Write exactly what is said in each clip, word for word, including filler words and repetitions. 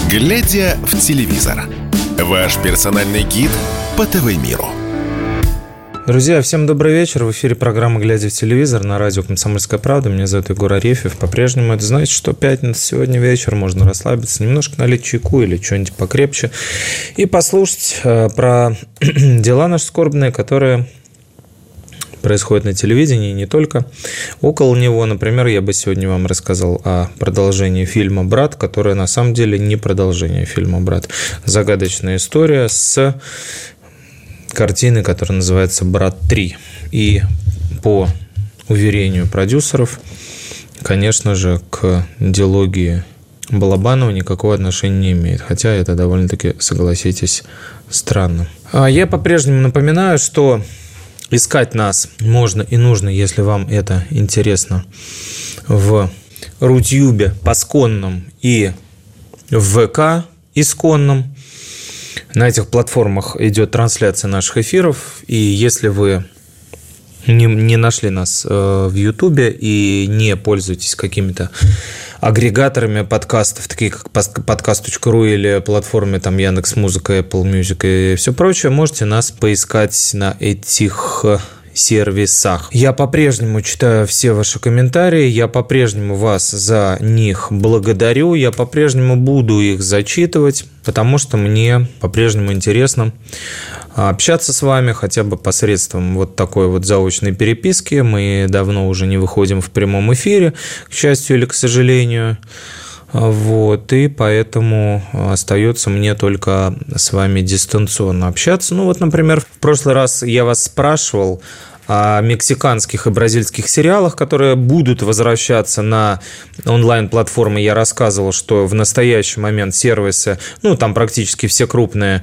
Глядя в телевизор. Ваш персональный гид по ТВ-миру. Друзья, всем добрый вечер. В эфире программа «Глядя в телевизор» на радио «Комсомольская правда». Меня зовут Егор Арефьев. По-прежнему это значит, что пятница, сегодня вечер, можно расслабиться, немножко налить чайку или что-нибудь покрепче и послушать э, про дела наши скорбные, которые происходят на телевидении, и не только. Около него, например, я бы сегодня вам рассказал о продолжении фильма «Брат», которое на самом деле не продолжение фильма «Брат». Загадочная история с картины, которая называется «Брат три». И по уверению продюсеров, конечно же, к дилогии Балабанова никакого отношения не имеет. Хотя это довольно-таки, согласитесь, странно. Я по-прежнему напоминаю, что искать нас можно и нужно, если вам это интересно, в Рутюбе пасконном и в ВК исконном. На этих платформах идет трансляция наших эфиров, и если вы не, не нашли нас в Ютубе и не пользуетесь какими-то агрегаторами подкастов, такие как подкаст точка ру или платформе там Яндекс.Музыка, Apple Music и все прочее, можете нас поискать на этих сервисах. Я по-прежнему читаю все ваши комментарии, я по-прежнему вас за них благодарю, я по-прежнему буду их зачитывать, потому что мне по-прежнему интересно общаться с вами хотя бы посредством вот такой вот заочной переписки. Мы давно уже не выходим в прямом эфире, к счастью или к сожалению. Вот, и поэтому остается мне только с вами дистанционно общаться. Ну вот, например, в прошлый раз я вас спрашивал о мексиканских и бразильских сериалах, которые будут возвращаться на онлайн-платформы. Я рассказывал, что в настоящий момент сервисы, ну, там практически все крупные,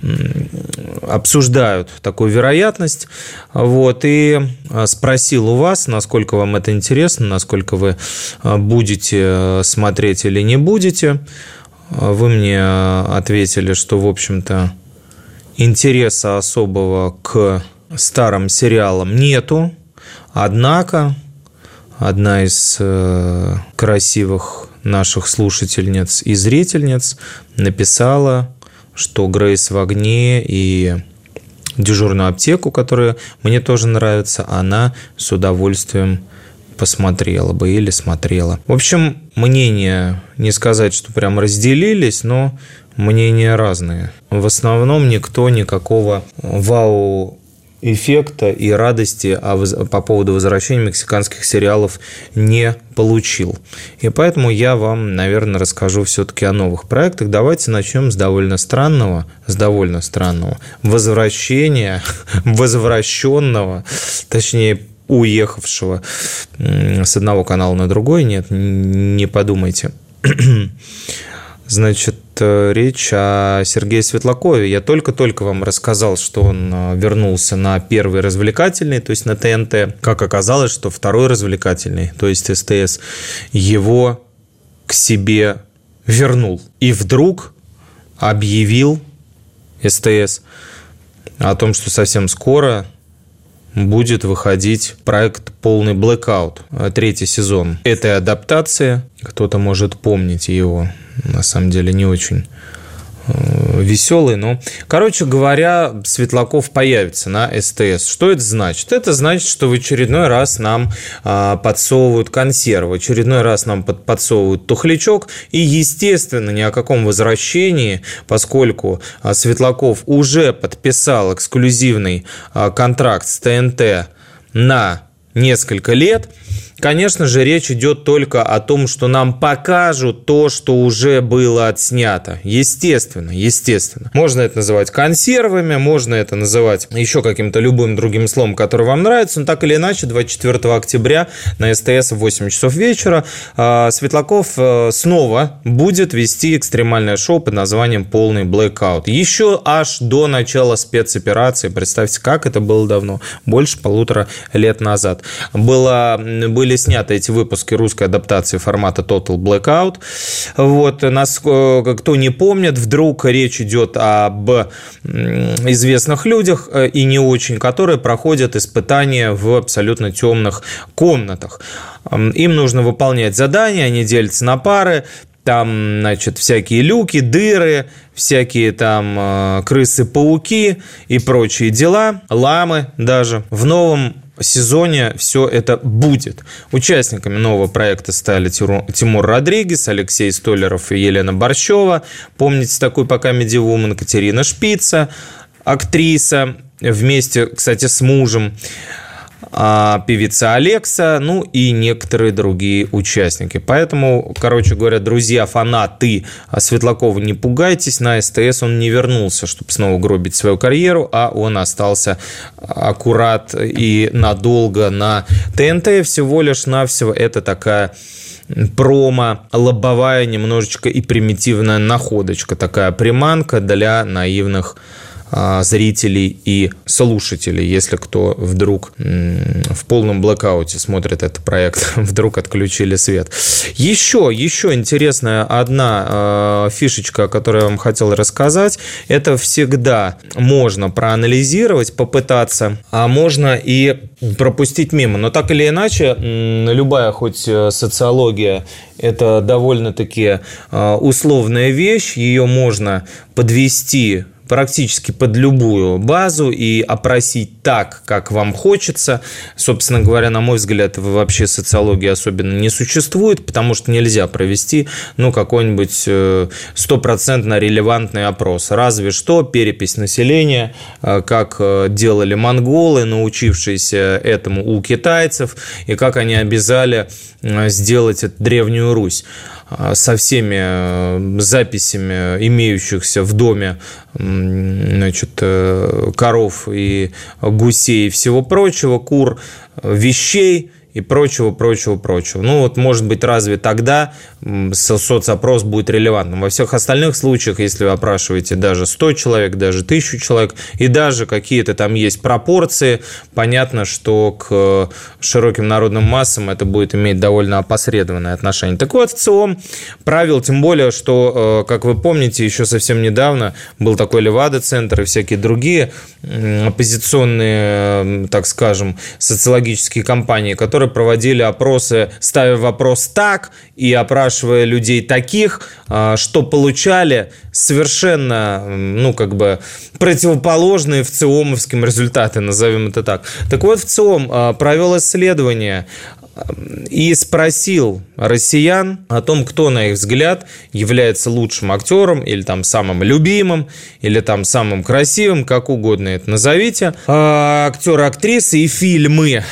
обсуждают такую вероятность. Вот, и спросил у вас, насколько вам это интересно, насколько вы будете смотреть или не будете. Вы мне ответили, что, в общем-то, интереса особого к старым сериалам нету, однако одна из э, красивых наших слушательниц и зрительниц написала, что «Грейс в огне» и «Дежурную аптеку», которые мне тоже нравятся, она с удовольствием посмотрела бы или смотрела. В общем, мнения, не сказать, что прям разделились, но мнения разные. В основном никто никакого вау эффекта и радости по поводу возвращения мексиканских сериалов не получил. И поэтому я вам, наверное, расскажу все-таки о новых проектах. Давайте начнем с довольно странного, с довольно странного возвращения, возвращенного, точнее, уехавшего с одного канала на другой. Нет, не подумайте. Значит, речь о Сергее Светлакове. Я только-только вам рассказал, что он вернулся на первый развлекательный, то есть на ТНТ. Как оказалось, что второй развлекательный, то есть СТС, его к себе вернул. И вдруг объявил СТС о том, что совсем скоро будет выходить проект «Полный блэкаут», третий сезон этой адаптации. Кто-то может помнить его. На самом деле не очень веселый, но, короче говоря, Светлаков появится на СТС. Что это значит? Это значит, что в очередной раз нам подсовывают консервы, в очередной раз нам подсовывают тухлячок, и, естественно, ни о каком возвращении, поскольку Светлаков уже подписал эксклюзивный контракт с ТНТ на несколько лет, конечно же, речь идет только о том, что нам покажут то, что уже было отснято. Естественно, естественно. Можно это называть консервами, можно это называть еще каким-то любым другим словом, которое вам нравится, но так или иначе, двадцать четвёртого октября на СТС в восемь часов вечера Светлаков снова будет вести экстремальное шоу под названием «Полный блэкаут». Еще аж до начала спецоперации, представьте, как это было давно, больше полутора лет назад. Было, были были сняты эти выпуски русской адаптации формата Total Blackout. Вот, нас, кто не помнит, вдруг речь идет об известных людях и не очень, которые проходят испытания в абсолютно темных комнатах. Им нужно выполнять задания, они делятся на пары. там, значит, всякие люки, дыры, всякие там крысы-пауки и прочие дела, ламы даже. В новом сезоне все это будет. Участниками нового проекта стали Тимур Родригес, Алексей Столяров и Елена Борщева. Помните такой по Comedy Woman Катерина Шпица, актриса, вместе, кстати, с мужем, певица Алекса, ну и некоторые другие участники. Поэтому, короче говоря, друзья, фанаты Светлакова, не пугайтесь, на СТС он не вернулся, чтобы снова гробить свою карьеру, а он остался аккурат и надолго на ТНТ. Всего лишь навсего это такая промо, лобовая немножечко и примитивная находочка, такая приманка для наивных зрителей и слушателей, если кто вдруг в полном блэкауте смотрит этот проект, вдруг отключили свет. Еще, еще интересная одна фишечка, о которой я вам хотел рассказать, это всегда можно проанализировать, попытаться, а можно и пропустить мимо. Но так или иначе, любая хоть социология, это довольно-таки условная вещь, ее можно подвести практически под любую базу и опросить так, как вам хочется. Собственно говоря, на мой взгляд, вообще социологии особенно не существует, потому что нельзя провести, ну, какой-нибудь стопроцентно релевантный опрос. Разве что перепись населения, как делали монголы, научившиеся этому у китайцев, и как они обязали сделать эту Древнюю Русь со всеми записями имеющихся в доме, значит, коров и гусей и всего прочего, кур, вещей и прочего, прочего, прочего. Ну, вот, может быть, разве тогда соцопрос будет релевантным? Во всех остальных случаях, если вы опрашиваете даже сто человек, даже тысячу человек, и даже какие-то там есть пропорции, понятно, что к широким народным массам это будет иметь довольно опосредованное отношение. Так вот, в ЦИОМ правил, тем более, что, как вы помните, еще совсем недавно был такой Левада-центр и всякие другие оппозиционные, так скажем, социологические кампании, которые проводили опросы, ставя вопрос так и опрашивая людей таких, что получали совершенно, ну, как бы противоположные в ЦИОМовским результаты, назовем это так. Так вот, в ЦИОМ провел исследование и спросил россиян о том, кто, на их взгляд, является лучшим актером или там самым любимым, или там самым красивым, как угодно это назовите. Актеры, актрисы и фильмы.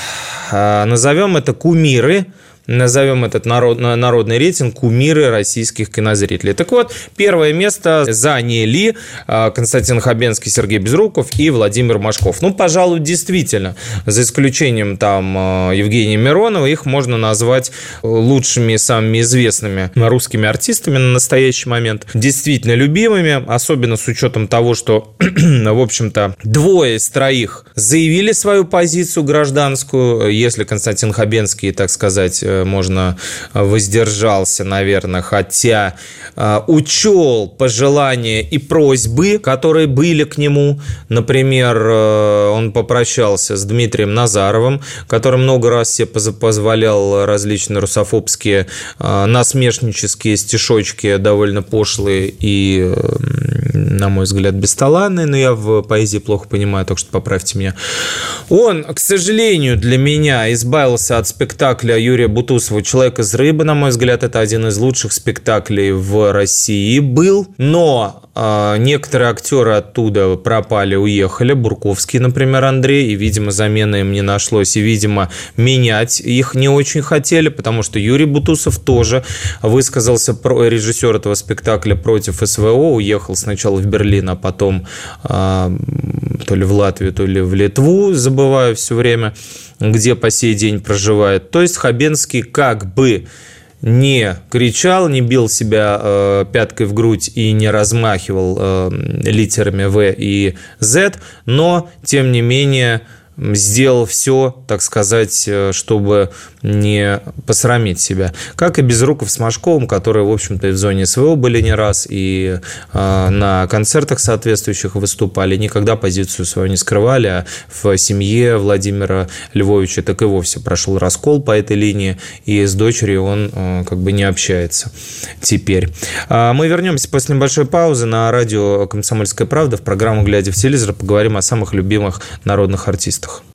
Назовем это кумиры. Назовем этот народ, народный рейтинг кумиры российских кинозрителей. Так вот, первое место заняли Константин Хабенский, Сергей Безруков и Владимир Машков. Ну, пожалуй, действительно, за исключением там Евгения Миронова, их можно назвать лучшими и самыми известными русскими артистами на настоящий момент. Действительно любимыми, особенно с учетом того, что, в общем-то, двое из троих заявили свою позицию гражданскую. Если Константин Хабенский, так сказать, можно воздержался, наверное, хотя э, учел пожелания и просьбы, которые были к нему. Например, э, он попрощался с Дмитрием Назаровым, который много раз себе позволял различные русофобские, э, насмешнические стишочки, довольно пошлые и, э, на мой взгляд, бесталанные, но я в поэзии плохо понимаю, так что поправьте меня. Он, к сожалению, для меня избавился от спектакля Юрия Бутусова «Человек из рыбы». На мой взгляд, это один из лучших спектаклей в России был. Но э, некоторые актеры оттуда пропали, уехали. Бурковский, например, Андрей. И, видимо, замены им не нашлось. И, видимо, менять их не очень хотели, потому что Юрий Бутусов тоже высказался, про, режиссер этого спектакля, против СВО. Уехал сначала в Берлин, а потом э, то ли в Латвию, то ли в Литву, забываю все время, где по сей день проживает. То есть Хабенский как бы не кричал, не бил себя э, пяткой в грудь и не размахивал э, литерами В и З, но, тем не менее, сделал все, так сказать, чтобы не посрамить себя. Как и Безруков с Машковым, которые, в общем-то, и в зоне СВО были не раз, и э, на концертах соответствующих выступали, никогда позицию свою не скрывали, а в семье Владимира Львовича так и вовсе прошел раскол по этой линии, и с дочерью он э, как бы не общается теперь. А мы вернемся после небольшой паузы на радио «Комсомольская правда» в программу «Глядя в телевизор», поговорим о самых любимых народных артистах.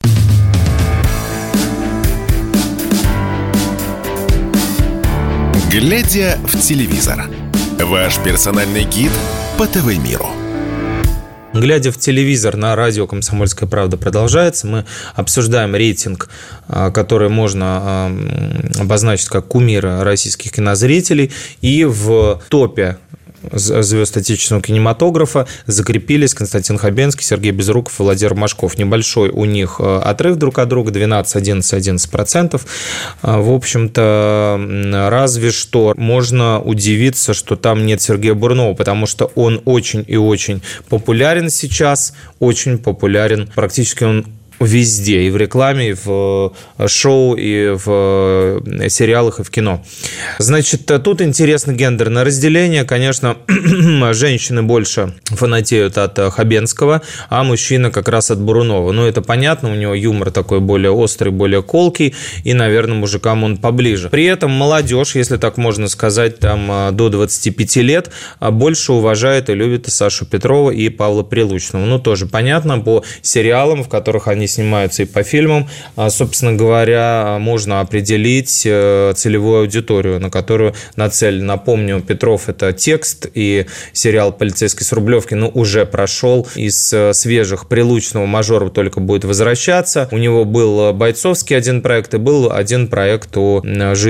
«Глядя в телевизор» – ваш персональный гид по ТВ-миру. «Глядя в телевизор» на радио «Комсомольская правда» продолжается. Мы обсуждаем рейтинг, который можно обозначить как кумира российских кинозрителей. И в топе звезд отечественного кинематографа закрепились Константин Хабенский, Сергей Безруков и Владимир Машков. Небольшой у них отрыв друг от друга, двенадцать, одиннадцать, одиннадцать процентов. В общем-то, разве что можно удивиться, что там нет Сергея Бурунова, потому что он очень и очень популярен сейчас, очень популярен, практически он везде, и в рекламе, и в шоу, и в сериалах, и в кино. Значит, тут интересно гендерное разделение. Конечно, женщины больше фанатеют от Хабенского, а мужчины как раз от Бурунова. Ну, это понятно, у него юмор такой более острый, более колкий, и, наверное, мужикам он поближе. При этом молодежь, если так можно сказать, там до двадцати пяти лет, больше уважает и любит и Сашу Петрова, и Павла Прилучного. Ну, тоже понятно, по сериалам, в которых они снимаются, и по фильмам, собственно говоря, можно определить целевую аудиторию, на которую нацелен. Напомню, Петров – это текст, и сериал «Полицейский с Рублевки» ну, уже прошел. Из свежих Прилучного «Мажор» только будет возвращаться. У него был бойцовский один проект, и был один проект о,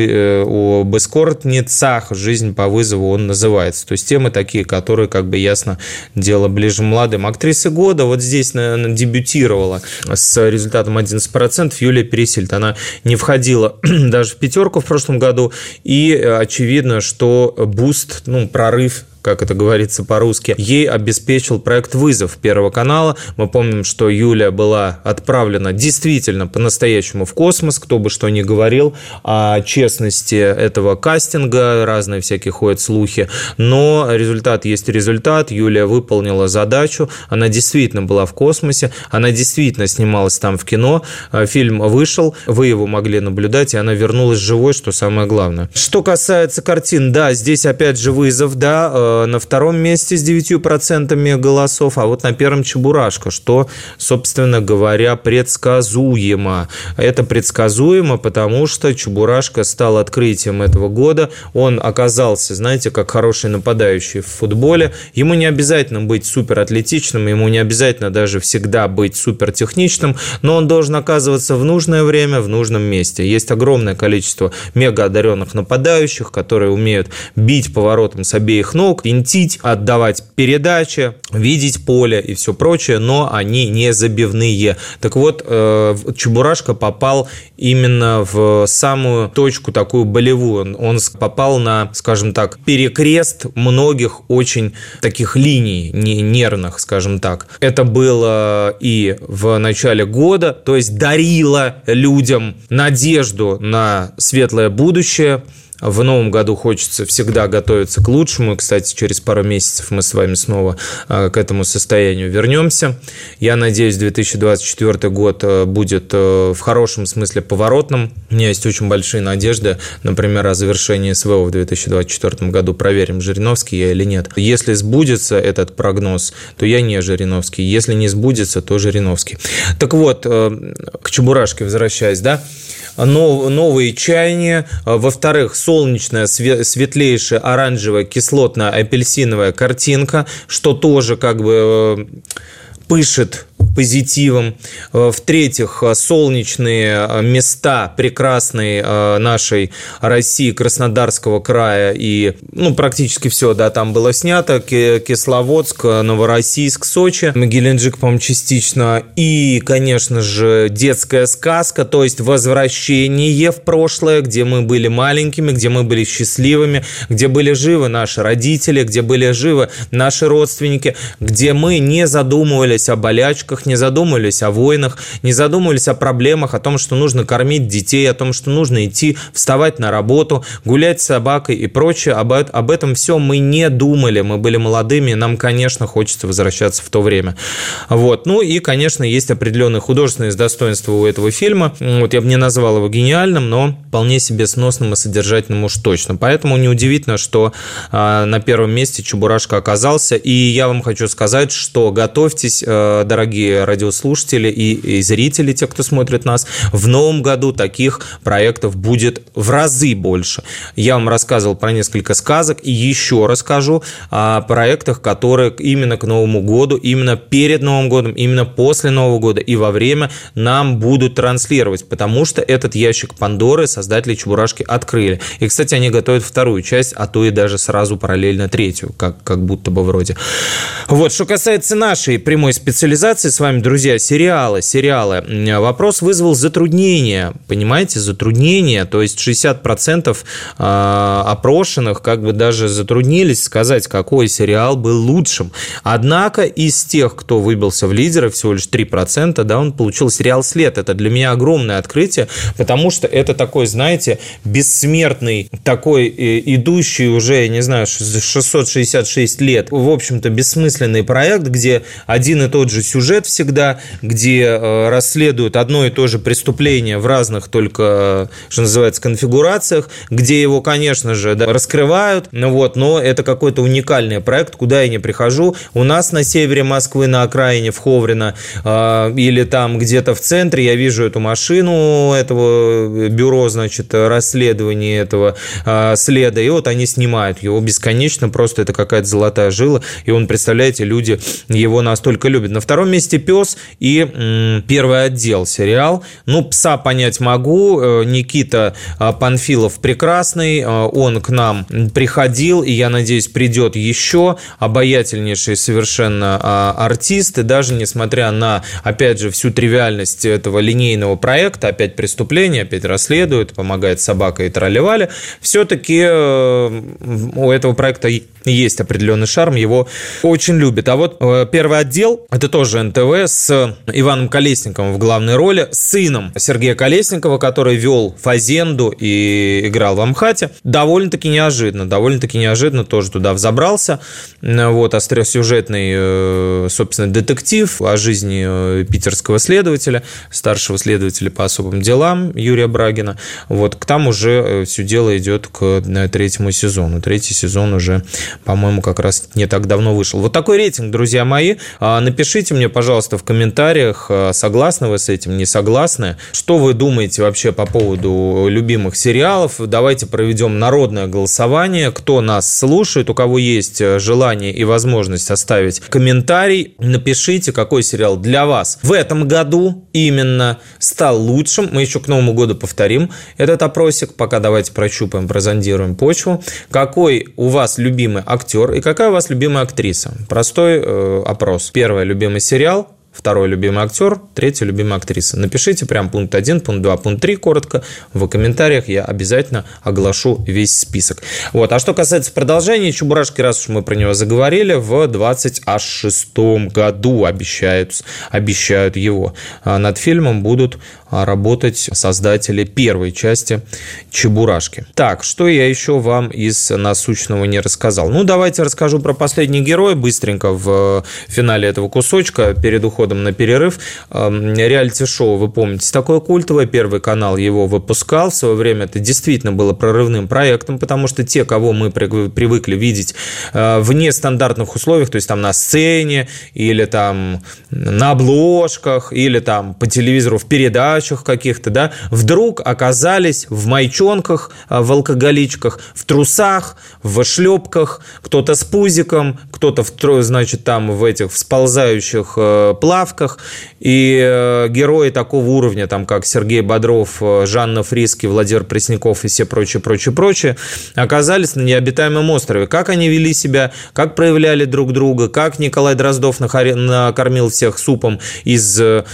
о бескортницах. «Жизнь по вызову» он называется. То есть темы такие, которые, как бы ясно, дело ближе молодым. Актриса года вот здесь, наверное, дебютировала с результатом одиннадцать процентов Юлия Пересильд. Она не входила даже в пятерку в прошлом году, и очевидно, что буст, ну, прорыв, как это говорится по-русски, ей обеспечил проект «Вызов» Первого канала. Мы помним, что Юля была отправлена действительно по-настоящему в космос, кто бы что ни говорил о честности этого кастинга, разные всякие ходят слухи, но результат есть результат. Юлия выполнила задачу, она действительно была в космосе, она действительно снималась там в кино, фильм вышел, вы его могли наблюдать, и она вернулась живой, что самое главное. Что касается картин, да, здесь опять же «Вызов», да, на втором месте с девятью процентами голосов, а вот на первом «Чебурашка», что, собственно говоря, предсказуемо. Это предсказуемо, потому что «Чебурашка» стал открытием этого года. Он оказался, знаете, как хороший нападающий в футболе. Ему не обязательно быть суператлетичным, ему не обязательно даже всегда быть супертехничным, но он должен оказываться в нужное время, в нужном месте. Есть огромное количество мегаодаренных нападающих, которые умеют бить поворотом с обеих ног, винтить, отдавать передачи, видеть поле и все прочее, но они не забивные. Так вот, Чебурашка попал именно в самую точку такую болевую. Он попал на, скажем так, перекрест многих очень таких линий нервных, скажем так. Это было и в начале года, то есть дарило людям надежду на светлое будущее. В новом году хочется всегда готовиться к лучшему. Кстати, через пару месяцев мы с вами снова к этому состоянию вернемся. Я надеюсь, две тысячи двадцать четвёртый год будет в хорошем смысле поворотным. У меня есть очень большие надежды, например, о завершении СВО в две тысячи двадцать четвёртом году. Проверим, Жириновский я или нет. Если сбудется этот прогноз, то я не Жириновский. Если не сбудется, то Жириновский. Так вот, к Чебурашке возвращаясь, да? Новые чаяния. Во-вторых, солнечная, светлейшая, оранжевая, кислотная, апельсиновая картинка, что тоже как бы пышет позитивом. В-третьих, солнечные места прекрасной нашей России, Краснодарского края, и ну, практически все, да, там было снято. Кисловодск, Новороссийск, Сочи, Геленджик, по-моему, частично. И, конечно же, детская сказка, то есть возвращение в прошлое, где мы были маленькими, где мы были счастливыми, где были живы наши родители, где были живы наши родственники, где мы не задумывались о болячках, не задумывались о войнах, не задумывались о проблемах, о том, что нужно кормить детей, о том, что нужно идти, вставать на работу, гулять с собакой и прочее. Об, об этом всем мы не думали, мы были молодыми, нам, конечно, хочется возвращаться в то время. Вот. Ну и, конечно, есть определенные художественные достоинства у этого фильма. Вот я бы не назвал его гениальным, но вполне себе сносным и содержательным уж точно. Поэтому неудивительно, что э, на первом месте Чебурашка оказался. И я вам хочу сказать, что готовьтесь, э, дорогие радиослушатели и, и зрители, те, кто смотрит нас, в новом году таких проектов будет в разы больше. Я вам рассказывал про несколько сказок и еще расскажу о проектах, которые именно к Новому году, именно перед Новым годом, именно после Нового года и во время нам будут транслировать, потому что этот ящик Пандоры создатели Чебурашки открыли. И, кстати, они готовят вторую часть, а то и даже сразу параллельно третью, как, как будто бы вроде. Вот, что касается нашей прямой специализации с вами, друзья, сериалы, сериалы. Вопрос вызвал затруднение, понимаете, затруднение, то есть шестьдесят процентов опрошенных как бы даже затруднились сказать, какой сериал был лучшим. Однако из тех, кто выбился в лидеры, всего лишь три процента, да, он получил сериал «След». Это для меня огромное открытие, потому что это такой, знаете, бессмертный, такой идущий уже, не знаю, шестьсот шестьдесят шесть лет, в общем-то, бессмысленный проект, где один и тот же сюжет всегда, где расследуют одно и то же преступление в разных только, что называется, конфигурациях, где его, конечно же, да, раскрывают, ну вот, но это какой-то уникальный проект, куда я не прихожу. У нас на севере Москвы, на окраине, в Ховрино, э, или там где-то в центре я вижу эту машину, этого бюро, значит, расследования этого э, следа, и вот они снимают его бесконечно, просто это какая-то золотая жила, и он, представляете, люди его настолько любят. На втором месте «Пес» и м, «Первый отдел» сериал. Ну, «Пса» понять могу, Никита Панфилов прекрасный, он к нам приходил, и, я надеюсь, придет еще, обаятельнейший совершенно артист, и даже несмотря на, опять же, всю тривиальность этого линейного проекта, опять преступление, опять расследует, помогает собака и тролливали, все-таки у этого проекта есть определенный шарм, его очень любят. А вот «Первый отдел» — это тоже эн тэ вэ с Иваном Колесниковым в главной роли, сыном Сергея Колесникова, который вел «Фазенду» и играл в «Амхате». Довольно-таки неожиданно, довольно-таки неожиданно тоже туда взобрался. Вот, остросюжетный, собственно, детектив о жизни питерского следователя, старшего следователя по особым делам Юрия Брагина. Вот, там уже все дело идет к третьему сезону. Третий сезон уже, по-моему, как раз не так давно вышел. Вот такой рейтинг, друзья мои. Напишите мне, пожалуйста, в комментариях, согласны вы с этим, не согласны. Что вы думаете вообще по поводу любимых сериалов? Давайте проведем народное голосование. Кто нас слушает, у кого есть желание и возможность оставить комментарий, напишите, какой сериал для вас в этом году именно стал лучшим. Мы еще к Новому году повторим этот опросик. Пока давайте прощупаем, прозондируем почву. Какой у вас любимый актер и какая у вас любимая актриса? Простой э, опрос. Первый любимый сериал, второй любимый актер, третья любимая актриса. Напишите прям пункт один, пункт два, пункт три коротко в комментариях, я обязательно оглашу весь список. Вот. А что касается продолжения Чебурашки, раз уж мы про него заговорили, в двадцать шестом году обещают, обещают его. Над фильмом будут работать создатели первой части Чебурашки. Так, что я еще вам из насущного не рассказал? Ну, давайте расскажу про последний герой быстренько в финале этого кусочка, перед уходом на перерыв. Реалити-шоу, вы помните, такое культовое, Первый канал его выпускал, в свое время это действительно было прорывным проектом, потому что те, кого мы привыкли видеть в нестандартных условиях, то есть там на сцене, или там на обложках, или там по телевизору в передачах каких-то, да, вдруг оказались в майчонках, в алкоголичках, в трусах, в шлепках, кто-то с пузиком, кто-то, в, значит, там в этих всползающих плавках, и герои такого уровня, там, как Сергей Бодров, Жанна Фриске, Владимир Пресняков и все прочее, прочее, прочее, оказались на необитаемом острове. Как они вели себя, как проявляли друг друга, как Николай Дроздов накормил всех супом из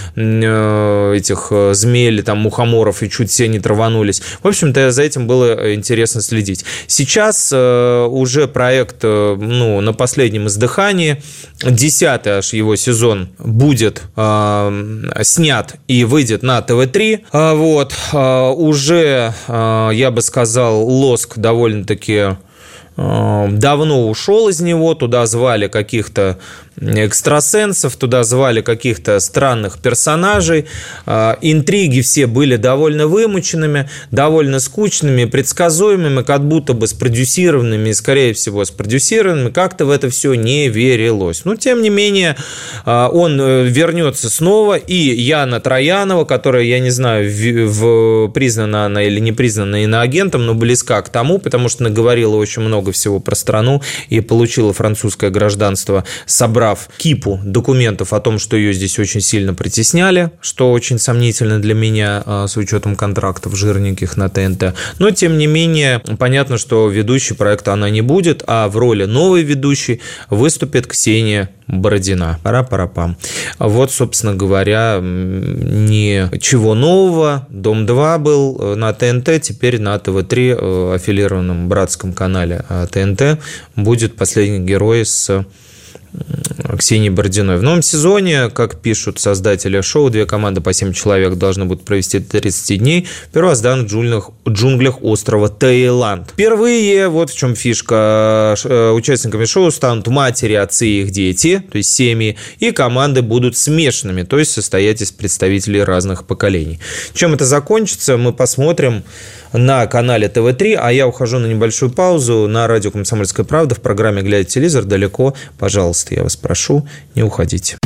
этих змей или там мухоморов, и чуть все не траванулись. В общем-то, за этим было интересно следить. Сейчас уже проект, ну, на последнем издыхании, десятый аж его сезон будет будет э, снят и выйдет на тэ вэ три. Э, вот, э, уже, э, я бы сказал, лоск довольно-таки э, давно ушел из него. Туда звали каких-то экстрасенсов, туда звали каких-то странных персонажей. Интриги все были довольно вымученными, довольно скучными, предсказуемыми, как будто бы спродюсированными и, скорее всего, спродюсированными. Как-то в это все не верилось. Но, тем не менее, он вернется снова. И Яна Троянова, которая, я не знаю, в, в, признана она или не признана иноагентом, но близка к тому, потому что наговорила очень много всего про страну и получила французское гражданство, собрав кипу документов о том, что ее здесь очень сильно притесняли, что очень сомнительно для меня с учетом контрактов жирненьких на тэ эн тэ. Но, тем не менее, понятно, что ведущей проекта она не будет, а в роли новой ведущей выступит Ксения Бородина. Пара-пара-пам. Вот, собственно говоря, ничего нового. Дом-два был на тэ эн тэ, теперь на тэ вэ три, аффилированном братском канале тэ эн тэ, будет «Последний герой» с Ксенией Бородиной. В новом сезоне, как пишут создатели шоу, две команды по семь человек должны будут провести тридцать дней в первозданных джунглях, джунглях острова Таиланд. Впервые, вот в чем фишка, участниками шоу станут матери, отцы и их дети, то есть семьи, и команды будут смешанными, то есть состоять из представителей разных поколений. Чем это закончится, мы посмотрим на канале тэ вэ три, а я ухожу на небольшую паузу на радио «Комсомольская правда» в программе «Глядя в телевизор» далеко. Пожалуйста, я вас прошу, не уходите.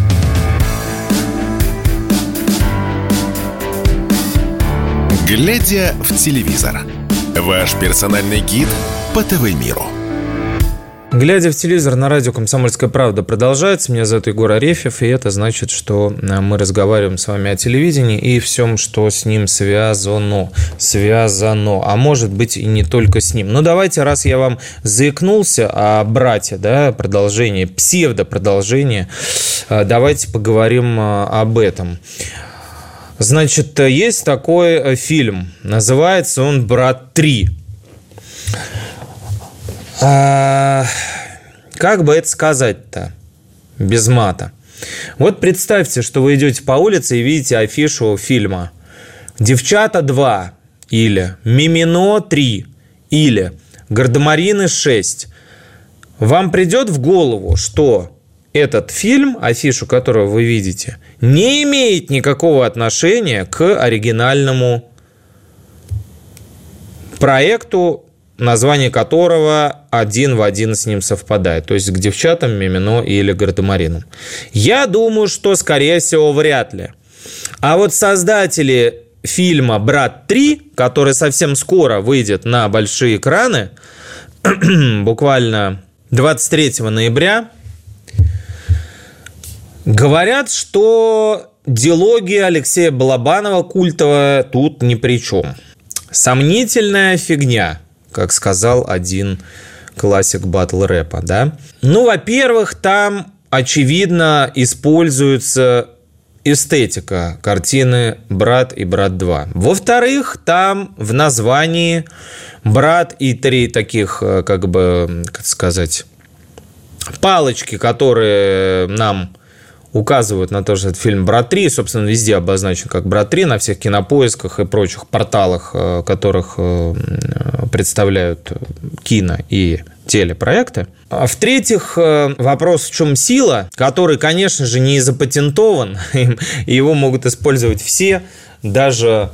«Глядя в телевизор» – ваш персональный гид по ТВ-миру. «Глядя в телевизор» на радио «Комсомольская правда» продолжается. Меня зовут Егор Арефьев, и это значит, что мы разговариваем с вами о телевидении и всем, что с ним связано. Связано. А может быть, и не только с ним. Но давайте, раз я вам заикнулся о брате, да, продолжение, псевдопродолжение, давайте поговорим об этом. Значит, есть такой фильм. Называется он «Брат три». А, как бы это сказать-то без мата? Вот представьте, что вы идете по улице и видите афишу фильма «Девчата два» или «Мимино три» или «Гардемарины шесть». Вам придет в голову, что этот фильм, афишу которого вы видите, не имеет никакого отношения к оригинальному проекту, название которого один в один с ним совпадает, то есть к «Девчатам», «Мимино» или «Гардемаринам». Я думаю, что, скорее всего, вряд ли. А вот создатели фильма «Брат три», который совсем скоро выйдет на большие экраны, буквально двадцать третьего ноября, говорят, что дилогия Алексея Балабанова культовая тут ни при чем. Сомнительная фигня, как сказал один классик батл-рэпа, да? Ну, во-первых, там, очевидно, используется эстетика картины «Брат» и «Брат два». Во-вторых, там в названии «Брат» и три таких, как бы, как сказать, палочки, которые нам указывают на то, что этот фильм «Брат три», собственно, везде обозначен как «Брат три», на всех кинопоисках и прочих порталах, которых представляют кино и телепроекты. А в-третьих, вопрос, в чем сила, который, конечно же, не запатентован, и его могут использовать все, даже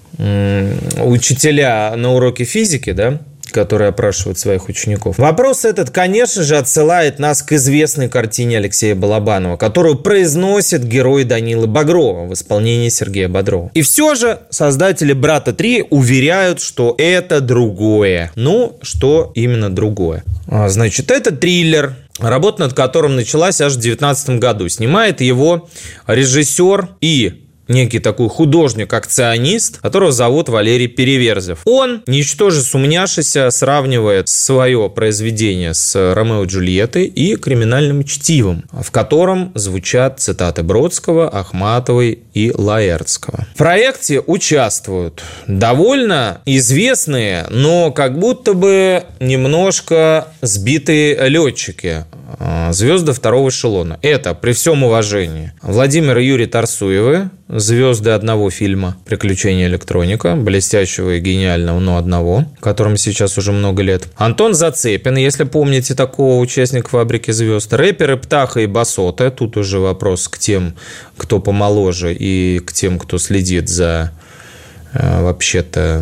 учителя на уроке физики, да, которые опрашивают своих учеников. Вопрос этот, конечно же, отсылает нас к известной картине Алексея Балабанова, которую произносит герой Данилы Багрова в исполнении Сергея Бодрова. И все же создатели «Брата три» уверяют, что это другое. Ну, что именно другое? Значит, это триллер, работа над которым началась аж в две тысячи девятнадцатом году. Снимает его режиссер и некий такой художник-акционист, которого зовут Валерий Переверзев. Он, ничтоже сумняшися, сравнивает свое произведение с «Ромео и Джульеттой» и «Криминальным чтивом», в котором звучат цитаты Бродского, Ахматовой и Лаэртского. В проекте участвуют довольно известные, но как будто бы немножко сбитые летчики. звезды второго эшелона. Это, при всем уважении, Владимир и Юрий Тарсуевы, звезды одного фильма «Приключения электроника», блестящего и гениального, но одного, которому сейчас уже много лет. Антон Зацепин, если помните такого участника «Фабрики звезд». Рэперы Птаха и Басота. Тут уже вопрос к тем, кто помоложе, и к тем, кто следит за вообще-то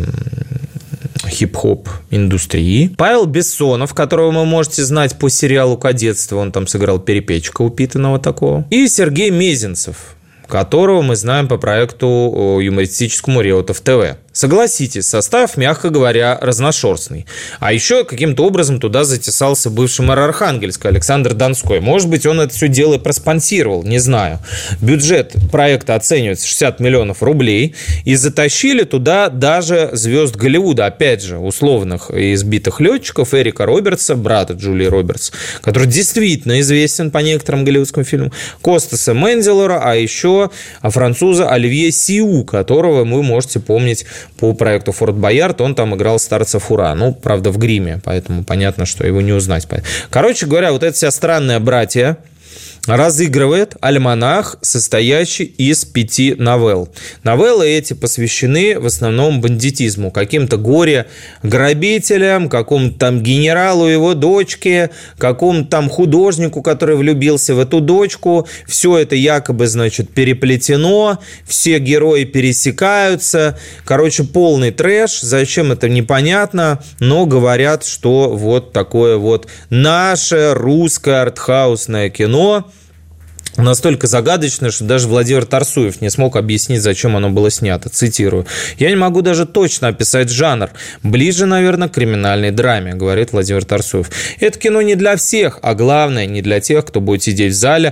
хип-хоп индустрии. Павел Бессонов, которого вы можете знать по сериалу «Кадетство», он там сыграл перепечка упитанного такого. И Сергей Мезенцев, которого мы знаем по проекту юмористическому «Реутов ТВ». Согласитесь, состав, мягко говоря, разношерстный. А еще каким-то образом туда затесался бывший мэр Архангельска Александр Донской. Может быть, он это все дело проспонсировал, не знаю. Бюджет проекта оценивается шестьдесят миллионов рублей. И затащили туда даже звезд Голливуда, опять же, условных и избитых летчиков Эрика Робертса, брата Джулии Робертс, который действительно известен по некоторым голливудским фильмам, Костаса Мензелора, а еще француза Оливье Сиу, которого вы можете помнить по проекту «Форт Боярд». Он там играл старца Фура. Ну, правда, в гриме, поэтому понятно, что его не узнать. Короче говоря, вот эта вся странная братья разыгрывает альманах, состоящий из пяти новелл. Новеллы эти посвящены в основном бандитизму, каким-то горе-грабителям, какому-то там генералу его дочке, какому-то там художнику, который влюбился в эту дочку. Все это якобы, значит, переплетено, все герои пересекаются. Короче, полный трэш. Зачем это, непонятно, но говорят, что вот такое вот наше русское артхаусное кино настолько загадочное, что даже Владимир Тарсуев не смог объяснить, зачем оно было снято. Цитирую. «Я не могу даже точно описать жанр. Ближе, наверное, к криминальной драме», говорит Владимир Тарсуев. «Это кино не для всех, а главное, не для тех, кто будет сидеть в зале,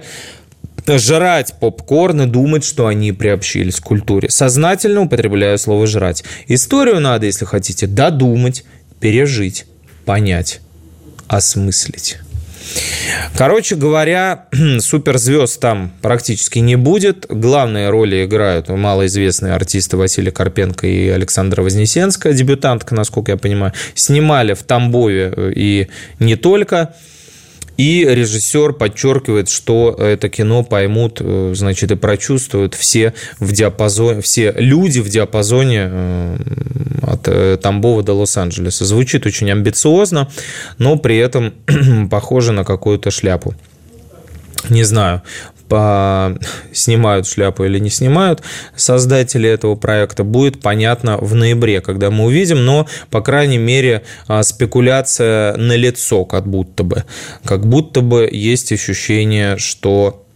жрать попкорн и думать, что они приобщились к культуре. Сознательно употребляю слово «жрать». Историю надо, если хотите, додумать, пережить, понять, осмыслить». Короче говоря, суперзвезд там практически не будет. Главные роли играют малоизвестные артисты Василий Карпенко и Александра Вознесенская, дебютантка, насколько я понимаю. Снимали в Тамбове и не только. И режиссер подчеркивает, что это кино поймут, значит, и прочувствуют все в диапазоне, все люди в диапазоне от Тамбова до Лос-Анджелеса. Звучит очень амбициозно, но при этом похоже на какую-то шляпу. Не знаю, по... снимают шляпу или не снимают создатели этого проекта, будет понятно в ноябре, когда мы увидим, но, по крайней мере, спекуляция налицо, как будто бы. Как будто бы есть ощущение, что,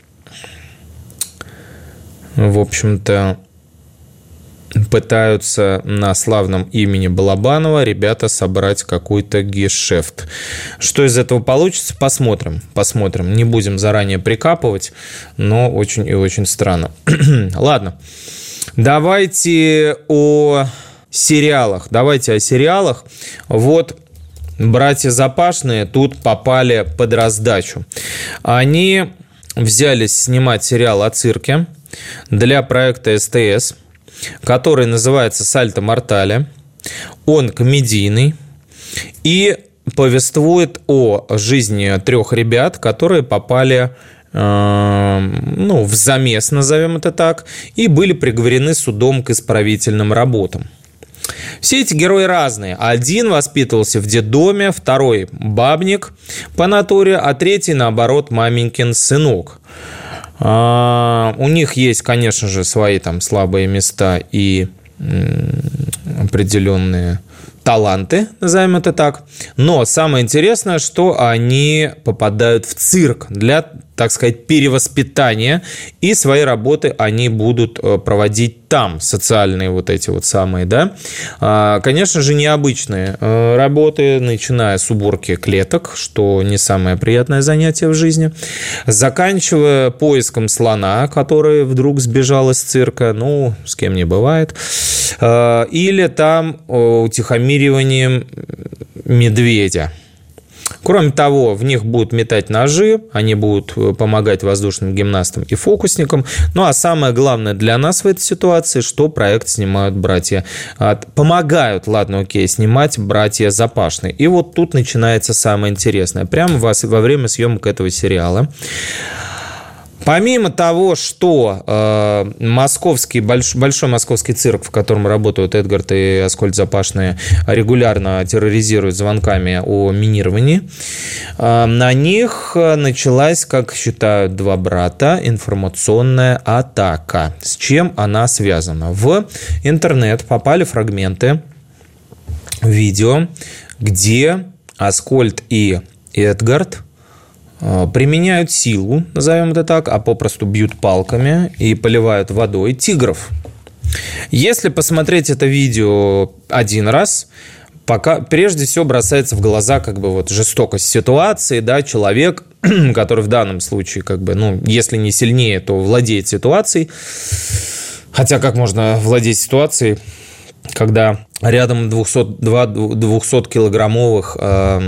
в общем-то, пытаются на славном имени Балабанова ребята собрать какой-то гешефт. Что из этого получится, посмотрим. Посмотрим. Не будем заранее прикапывать, но очень и очень странно. Ладно. Давайте о сериалах. Давайте о сериалах. Вот братья Запашные тут попали под раздачу. Они взялись снимать сериал о цирке для проекта СТС, который называется «Сальто Мортале». Он комедийный и повествует о жизни трех ребят, которые попали э, ну, в замес, назовем это так, и были приговорены судом к исправительным работам. Все эти герои разные. Один воспитывался в детдоме, второй бабник по натуре, а третий, наоборот, маменькин сынок. У них есть, конечно же, свои там слабые места и определенные таланты, назовем это так. Но самое интересное, что они попадают в цирк для, так сказать, перевоспитания, и свои работы они будут проводить там, социальные вот эти вот самые, да. Конечно же, необычные работы, начиная с уборки клеток, что не самое приятное занятие в жизни, заканчивая поиском слона, который вдруг сбежал из цирка, ну, с кем не бывает, или там утихомириванием медведя. Кроме того, в них будут метать ножи, они будут помогать воздушным гимнастам и фокусникам. Ну, а самое главное для нас в этой ситуации, что проект снимают братья. Помогают, ладно, окей, снимать братья Запашные. И вот тут начинается самое интересное. Прямо во время съемок этого сериала. Помимо того, что э, московский, больш, большой московский цирк, в котором работают Эдгард и Аскольд Запашные, регулярно терроризируют звонками о минировании, э, на них началась, как считают два брата, информационная атака. С чем она связана? В интернет попали фрагменты видео, где Аскольд и Эдгард применяют силу, назовем это так, а попросту бьют палками и поливают водой тигров. Если посмотреть это видео один раз, пока, прежде всего бросается в глаза как бы вот жестокость ситуации, да, человек, который в данном случае, как бы, ну, если не сильнее, то владеет ситуацией. Хотя как можно владеть ситуацией, когда рядом двухсоткилограммовых э,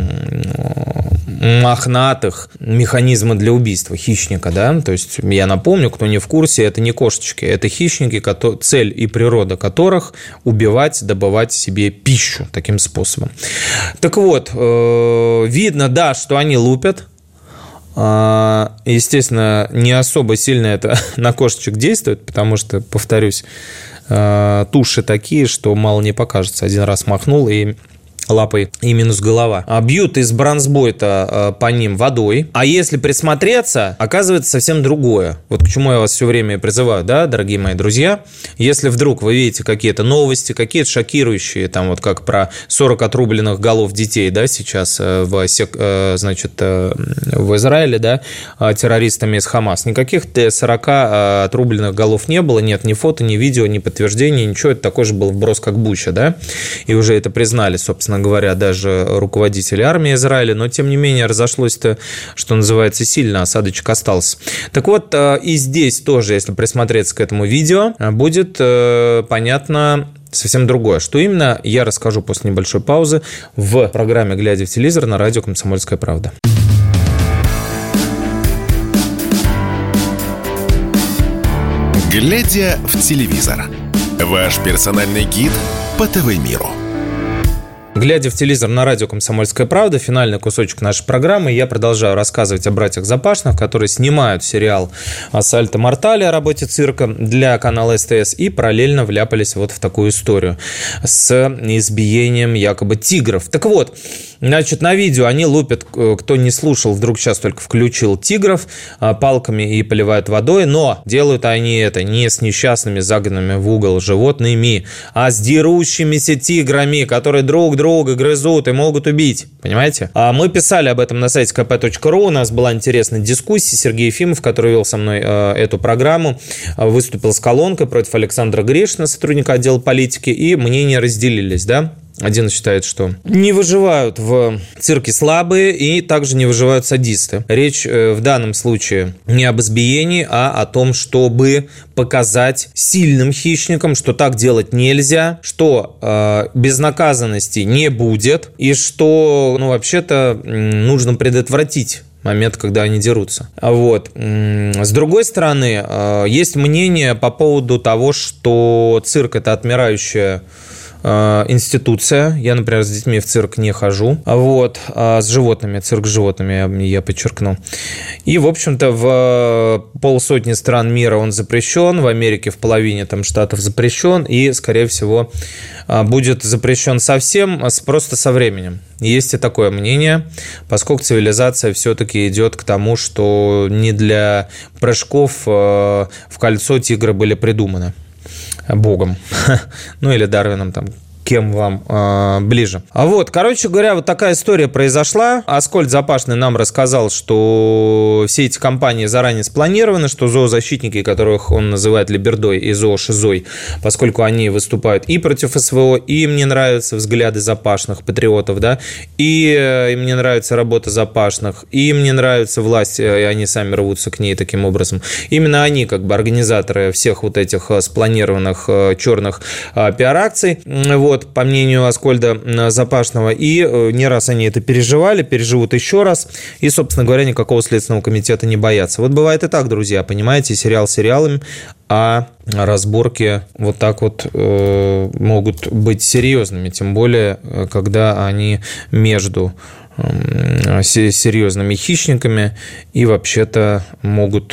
мохнатых механизма для убийства хищника, да, то есть я напомню, кто не в курсе, это не кошечки, это хищники, цель и природа которых убивать, добывать себе пищу таким способом. Так вот, э, видно, да, что они лупят. Естественно, не особо сильно это на кошечек действует, потому что, повторюсь, туши такие, что мало не покажется. Один раз махнул и лапой и минус голова. Бьют из бронзбойта по ним водой. А если присмотреться, оказывается совсем другое. Вот к чему я вас все время призываю, да, дорогие мои друзья. Если вдруг вы видите какие-то новости, какие-то шокирующие, там вот как про сорок отрубленных голов детей, да, сейчас в, значит, в Израиле, да, террористами из Хамас. Никаких сорок отрубленных голов не было, нет ни фото, ни видео, ни подтверждения, ничего. Это такой же был вброс, как Буча, да, и уже это признали, собственно говоря, даже руководители армии Израиля, но, тем не менее, разошлось-то, что называется, сильно, осадочек остался. Так вот, и здесь тоже, если присмотреться к этому видео, будет понятно совсем другое. Что именно, я расскажу после небольшой паузы в программе «Глядя в телевизор» на радио «Комсомольская правда». «Глядя в телевизор» – ваш персональный гид по ТВ-миру. Глядя в телевизор на радио «Комсомольская правда», финальный кусочек нашей программы, я продолжаю рассказывать о братьях Запашных, которые снимают сериал «Сальто Мортале» о работе цирка для канала СТС и параллельно вляпались вот в такую историю с избиением якобы тигров. Так вот, значит, на видео они лупят, кто не слушал, вдруг сейчас только включил, тигров палками и поливают водой, но делают они это не с несчастными загнанными в угол животными, а с дерущимися тиграми, которые друг друга грызут и могут убить, понимаете? А мы писали об этом на сайте ка пэ точка ру, у нас была интересная дискуссия, Сергей Ефимов, который вел со мной э, эту программу, выступил с колонкой против Александра Гришина, сотрудника отдела политики, и мнения разделились, да? Один считает, что не выживают в цирке слабые, и также не выживают садисты. Речь в данном случае не об избиении, а о том, чтобы показать сильным хищникам, что так делать нельзя, что э, безнаказанности не будет, и что, ну, вообще-то нужно предотвратить момент, когда они дерутся. Вот. С другой стороны, э, есть мнение по поводу того, что цирк – это отмирающая институция. Я, например, с детьми в цирк не хожу. Вот. А с животными, цирк с животными, я подчеркну. И, в общем-то, в полсотни стран мира он запрещен. В Америке в половине там штатов запрещен. И, скорее всего, будет запрещен совсем, просто со временем. Есть и такое мнение, поскольку цивилизация все-таки идет к тому, что не для прыжков в кольцо тигры были придуманы Богом, ну или Дарвином, там, кем вам э, ближе. А вот, короче говоря, вот такая история произошла. Аскольд Запашный нам рассказал, что все эти кампании заранее спланированы, что зоозащитники, которых он называет либердой и зоошизой, поскольку они выступают и против эс вэ о, и им не нравятся взгляды Запашных, патриотов, да, и им не нравится работа Запашных, и им не нравится власть, и они сами рвутся к ней таким образом. Именно они, как бы, организаторы всех вот этих спланированных черных пиар-акций. Вот. вот, по мнению Аскольда Запашного, и не раз они это переживали, переживут еще раз, и, собственно говоря, никакого Следственного комитета не боятся. Вот бывает и так, друзья, понимаете, сериал сериалами, а разборки вот так вот э, могут быть серьезными, тем более, когда они между э, серьезными хищниками и вообще-то могут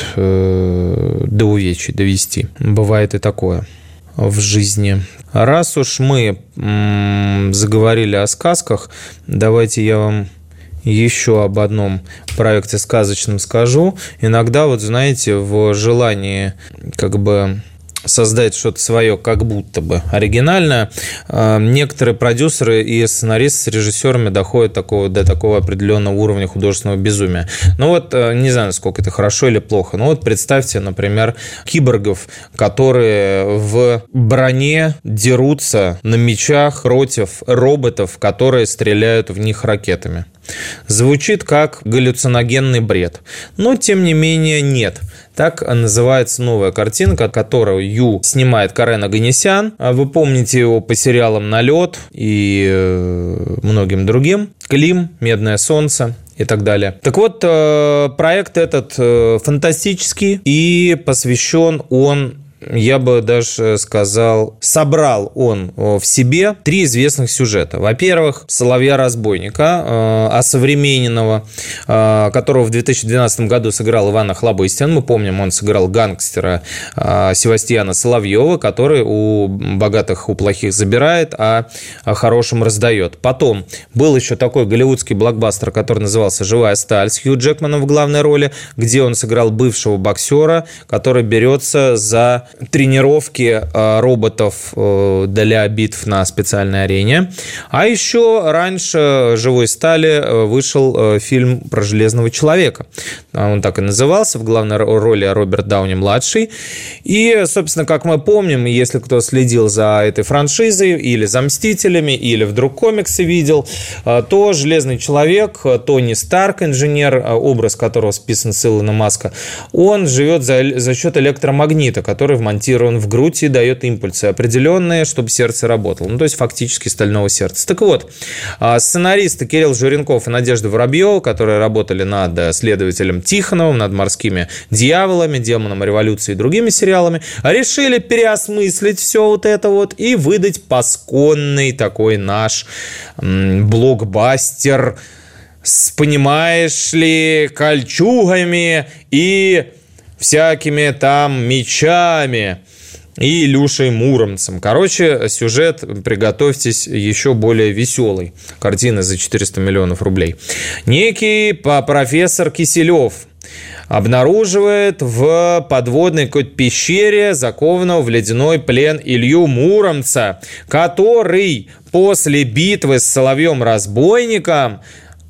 э, до увечий довести. Бывает и такое в жизни. Раз уж мы м, заговорили о сказках, давайте я вам еще об одном проекте сказочном скажу. Иногда, вот знаете, в желании как бы создать что-то свое, как будто бы оригинальное, некоторые продюсеры и сценаристы с режиссерами доходят такого, до такого определенного уровня художественного безумия. Ну вот, не знаю, насколько это хорошо или плохо, но вот представьте, например, киборгов, которые в броне дерутся на мечах против роботов, которые стреляют в них ракетами. Звучит как галлюциногенный бред, но тем не менее нет. Так называется новая картинка, которую снимает Карен Оганесян. Вы помните его по сериалам «Налет» и многим другим. «Клим», «Медное солнце» и так далее. Так вот, проект этот фантастический, и посвящен он, я бы даже сказал, собрал он в себе три известных сюжета. Во-первых, «Соловья-разбойника», осовремененного, которого в две тысячи двенадцатом году сыграл Иван Охлобыстин. Мы помним, он сыграл гангстера Севастьяна Соловьева, который у богатых у плохих забирает, а хорошим раздает. Потом был еще такой голливудский блокбастер, который назывался «Живая сталь» с Хью Джекманом в главной роли, где он сыграл бывшего боксера, который берется за тренировки роботов для битв на специальной арене. А еще раньше «Живой стали» вышел фильм про Железного человека. Он так и назывался, в главной роли Роберт Дауни-младший. И, собственно, как мы помним, если кто следил за этой франшизой, или за «Мстителями», или вдруг комиксы видел, то Железный человек, Тони Старк, инженер, образ которого списан с Илона Маска, он живет за, за счет электромагнита, который вмонтирован в грудь и дает импульсы определенные, чтобы сердце работало. Ну, то есть, фактически стального сердца. Так вот, сценаристы Кирилл Журенков и Надежда Воробьева, которые работали над «Следователем Тихоновым», над «Морскими дьяволами», «Демоном революции» и другими сериалами, решили переосмыслить все вот это вот и выдать пасконный такой наш м- блокбастер с, понимаешь ли, кольчугами и всякими там мечами и Илюшей Муромцем. Короче, сюжет, приготовьтесь, еще более веселый. Картина за четыреста миллионов рублей. Некий профессор Киселев обнаруживает в подводной какой-то пещере закованного в ледяной плен Илью Муромца, который после битвы с Соловьем-разбойником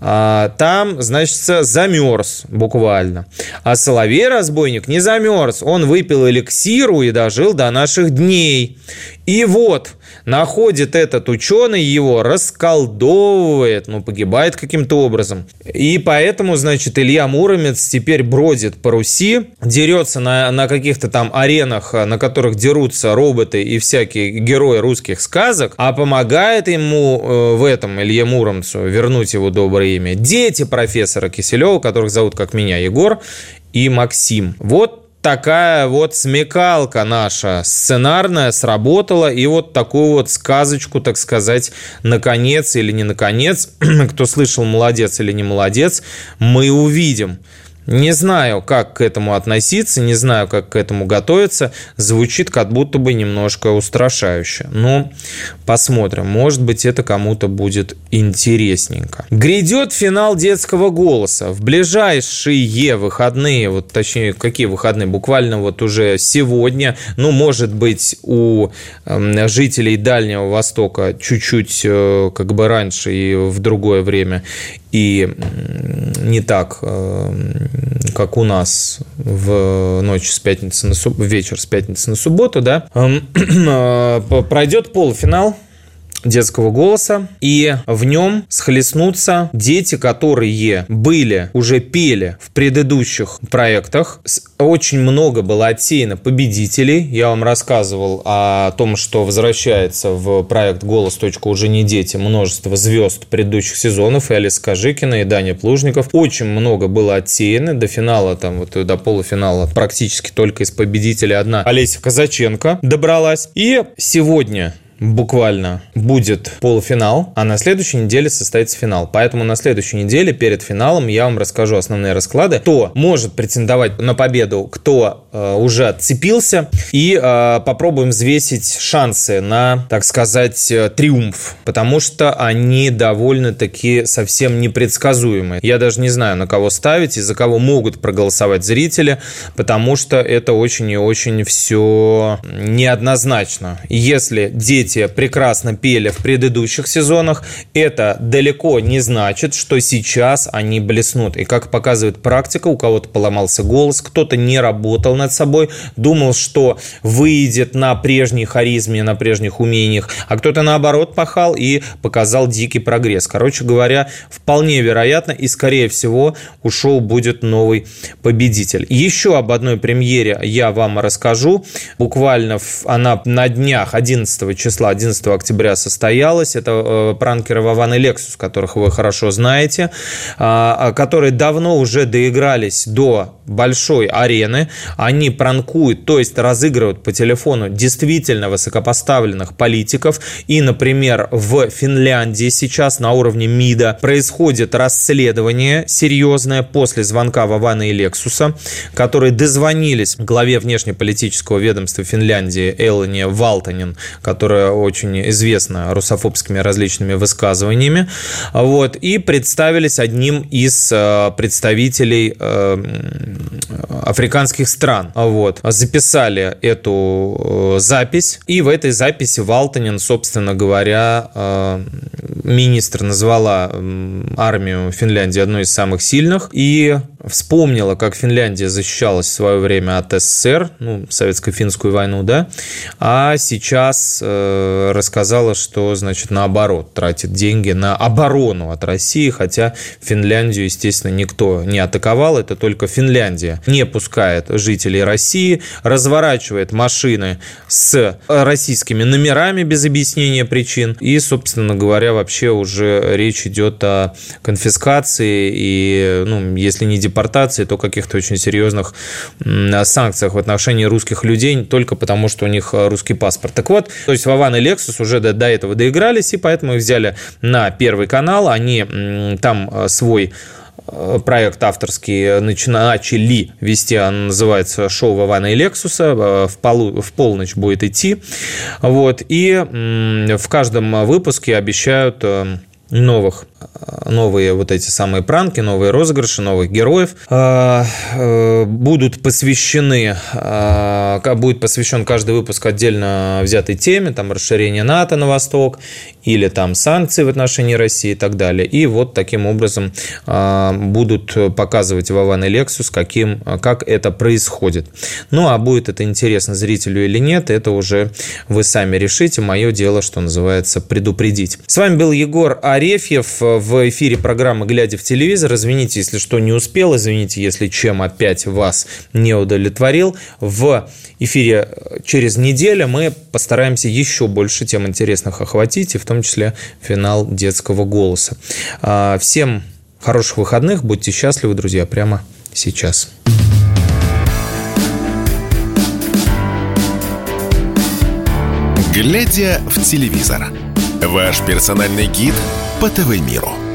там, значит, замерз буквально. А Соловей-разбойник не замерз. Он выпил эликсиру и дожил до наших дней. И вот находит этот ученый его, расколдовывает, ну, погибает каким-то образом. И поэтому, значит, Илья Муромец теперь бродит по Руси, дерется на, на каких-то там аренах, на которых дерутся роботы и всякие герои русских сказок, а помогает ему э, в этом Илье Муромцу вернуть его доброе имя дети профессора Киселева, которых зовут, как меня, Егор и Максим. Вот такая вот смекалка наша сценарная сработала, и вот такую вот сказочку, так сказать, наконец или не наконец, кто слышал, молодец или не молодец, мы увидим. Не знаю, как к этому относиться, не знаю, как к этому готовиться. Звучит как будто бы немножко устрашающе. Но посмотрим. Может быть, это кому-то будет интересненько. Грядет финал детского голоса. В ближайшие выходные, вот точнее, какие выходные? Буквально вот уже сегодня, ну, может быть, у э, жителей Дальнего Востока чуть-чуть э, как бы раньше и в другое время, и не так, как у нас в ночь с пятницы на субботу, вечер с пятницы на субботу, да, пройдет полуфинал детского голоса, и в нем схлестнутся дети, которые были, уже пели в предыдущих проектах. Очень много было отсеяно победителей. Я вам рассказывал о том, что возвращается в проект «Голос. Уже не дети» множество звезд предыдущих сезонов, и Алиса Кожикина, и Даня Плужников. Очень много было отсеяно. До финала, там, вот, до полуфинала практически только из победителей одна Олеся Казаченко добралась. И сегодня буквально будет полуфинал, а на следующей неделе состоится финал. Поэтому на следующей неделе перед финалом я вам расскажу основные расклады, кто может претендовать на победу, кто э, уже отцепился, и э, попробуем взвесить шансы на, так сказать, триумф, потому что они довольно-таки совсем непредсказуемые. Я даже не знаю, на кого ставить и за кого могут проголосовать зрители, потому что это очень и очень все неоднозначно. Если дети прекрасно пели в предыдущих сезонах, это далеко не значит, что сейчас они блеснут. И как показывает практика, у кого-то поломался голос, кто-то не работал над собой, думал, что выйдет на прежней харизме, на прежних умениях, а кто-то наоборот пахал и показал дикий прогресс. Короче говоря, вполне вероятно и скорее всего у шоу будет новый победитель. Еще об одной премьере я вам расскажу. Буквально она на днях одиннадцатого числа одиннадцатого октября состоялась. Это э, пранкеры Вован и Лексус, которых вы хорошо знаете, э, которые давно уже доигрались до большой арены. Они пранкуют, то есть разыгрывают по телефону действительно высокопоставленных политиков. И, например, в Финляндии сейчас на уровне МИДа происходит расследование серьезное после звонка Вована и Лексуса, которые дозвонились главе внешнеполитического ведомства Финляндии Эллине Валтонен, которая очень известна русофобскими различными высказываниями, вот, и представились одним из представителей африканских стран. Вот. Записали эту запись, и в этой записи Валтонен, собственно говоря, министр назвала армию Финляндии одной из самых сильных и вспомнила, как Финляндия защищалась в свое время от СССР, ну, советско-финскую войну, да, а сейчас э, рассказала, что, значит, наоборот, тратит деньги на оборону от России, хотя Финляндию, естественно, никто не атаковал, это только Финляндия не пускает жителей России, разворачивает машины с российскими номерами без объяснения причин, и, собственно говоря, вообще уже речь идет о конфискации и, ну, если не депортации, то каких-то очень серьезных санкциях в отношении русских людей только потому, что у них русский паспорт. Так вот, то есть Вован и Лексус уже до, до этого доигрались, и поэтому их взяли на Первый канал. Они там свой проект авторский начали вести, он называется «Шоу Вована и Лексуса», в, полу, в полночь будет идти. Вот, и в каждом выпуске обещают новых, новые вот эти самые пранки, новые розыгрыши, новых героев будут посвящены, будет посвящен каждый выпуск отдельно взятой теме, там расширение НАТО на восток или там санкции в отношении России и так далее. И вот таким образом будут показывать Вован и Лексус, каким, как это происходит. Ну, а будет это интересно зрителю или нет, это уже вы сами решите. Мое дело, что называется, предупредить. С вами был Егор Арефьев в эфире программы «Глядя в телевизор». Извините, если что не успел, извините, если чем опять вас не удовлетворил. В эфире через неделю мы постараемся еще больше тем интересных охватить, и в том числе финал детского голоса. Всем хороших выходных, будьте счастливы, друзья, прямо сейчас. «Глядя в телевизор» – ваш персональный гид по ТВ-миру.